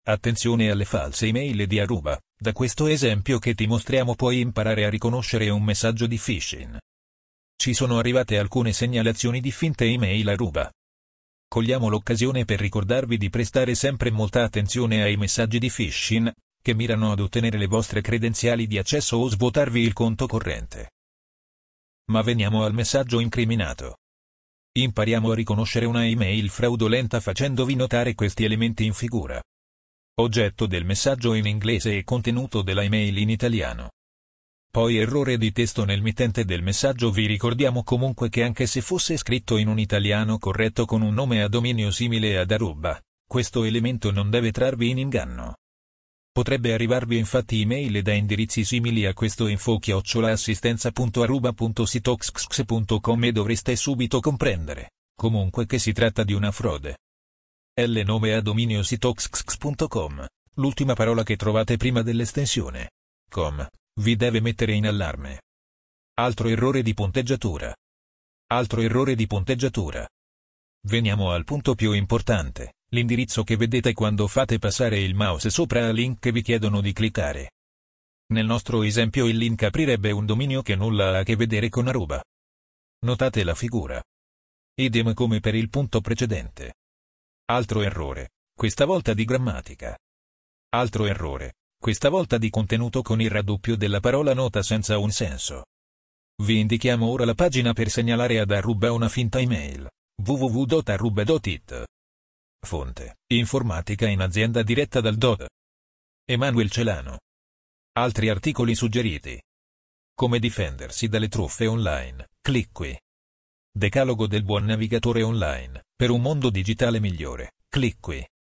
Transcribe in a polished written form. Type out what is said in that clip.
Attenzione alle false email di Aruba. Da questo esempio che ti mostriamo puoi imparare a riconoscere un messaggio di phishing. Ci sono arrivate alcune segnalazioni di finte email Aruba. Cogliamo l'occasione per ricordarvi di prestare sempre molta attenzione ai messaggi di phishing, che mirano ad ottenere le vostre credenziali di accesso o svuotarvi il conto corrente. Ma veniamo al messaggio incriminato. Impariamo a riconoscere una email fraudolenta facendovi notare questi elementi in figura. Oggetto del messaggio in inglese e contenuto della email in italiano. Poi errore di testo nel mittente del messaggio. Vi ricordiamo comunque che anche se fosse scritto in un italiano corretto con un nome a dominio simile ad Aruba, questo elemento non deve trarvi in inganno. Potrebbe arrivarvi infatti email da indirizzi simili a questo info@assistenza.aruba.sitoxx.com e dovreste subito comprendere, comunque, che si tratta di una frode. Il nome a dominio sitoxx.com, l'ultima parola che trovate prima dell'estensione .com, vi deve mettere in allarme. Altro errore di punteggiatura. Veniamo al punto più importante, l'indirizzo che vedete quando fate passare il mouse sopra al link che vi chiedono di cliccare. Nel nostro esempio il link aprirebbe un dominio che nulla ha a che vedere con Aruba. Notate la figura. Idem come per il punto precedente. Altro errore, questa volta di grammatica. Altro errore, questa volta di contenuto con il raddoppio della parola nota senza un senso. Vi indichiamo ora la pagina per segnalare ad Aruba una finta email. www.aruba.it. Fonte: Informatica in azienda diretta dal DOD. Emanuel Celano. Altri articoli suggeriti. Come difendersi dalle truffe online, clic qui. Decalogo del buon navigatore online, per un mondo digitale migliore, clic qui.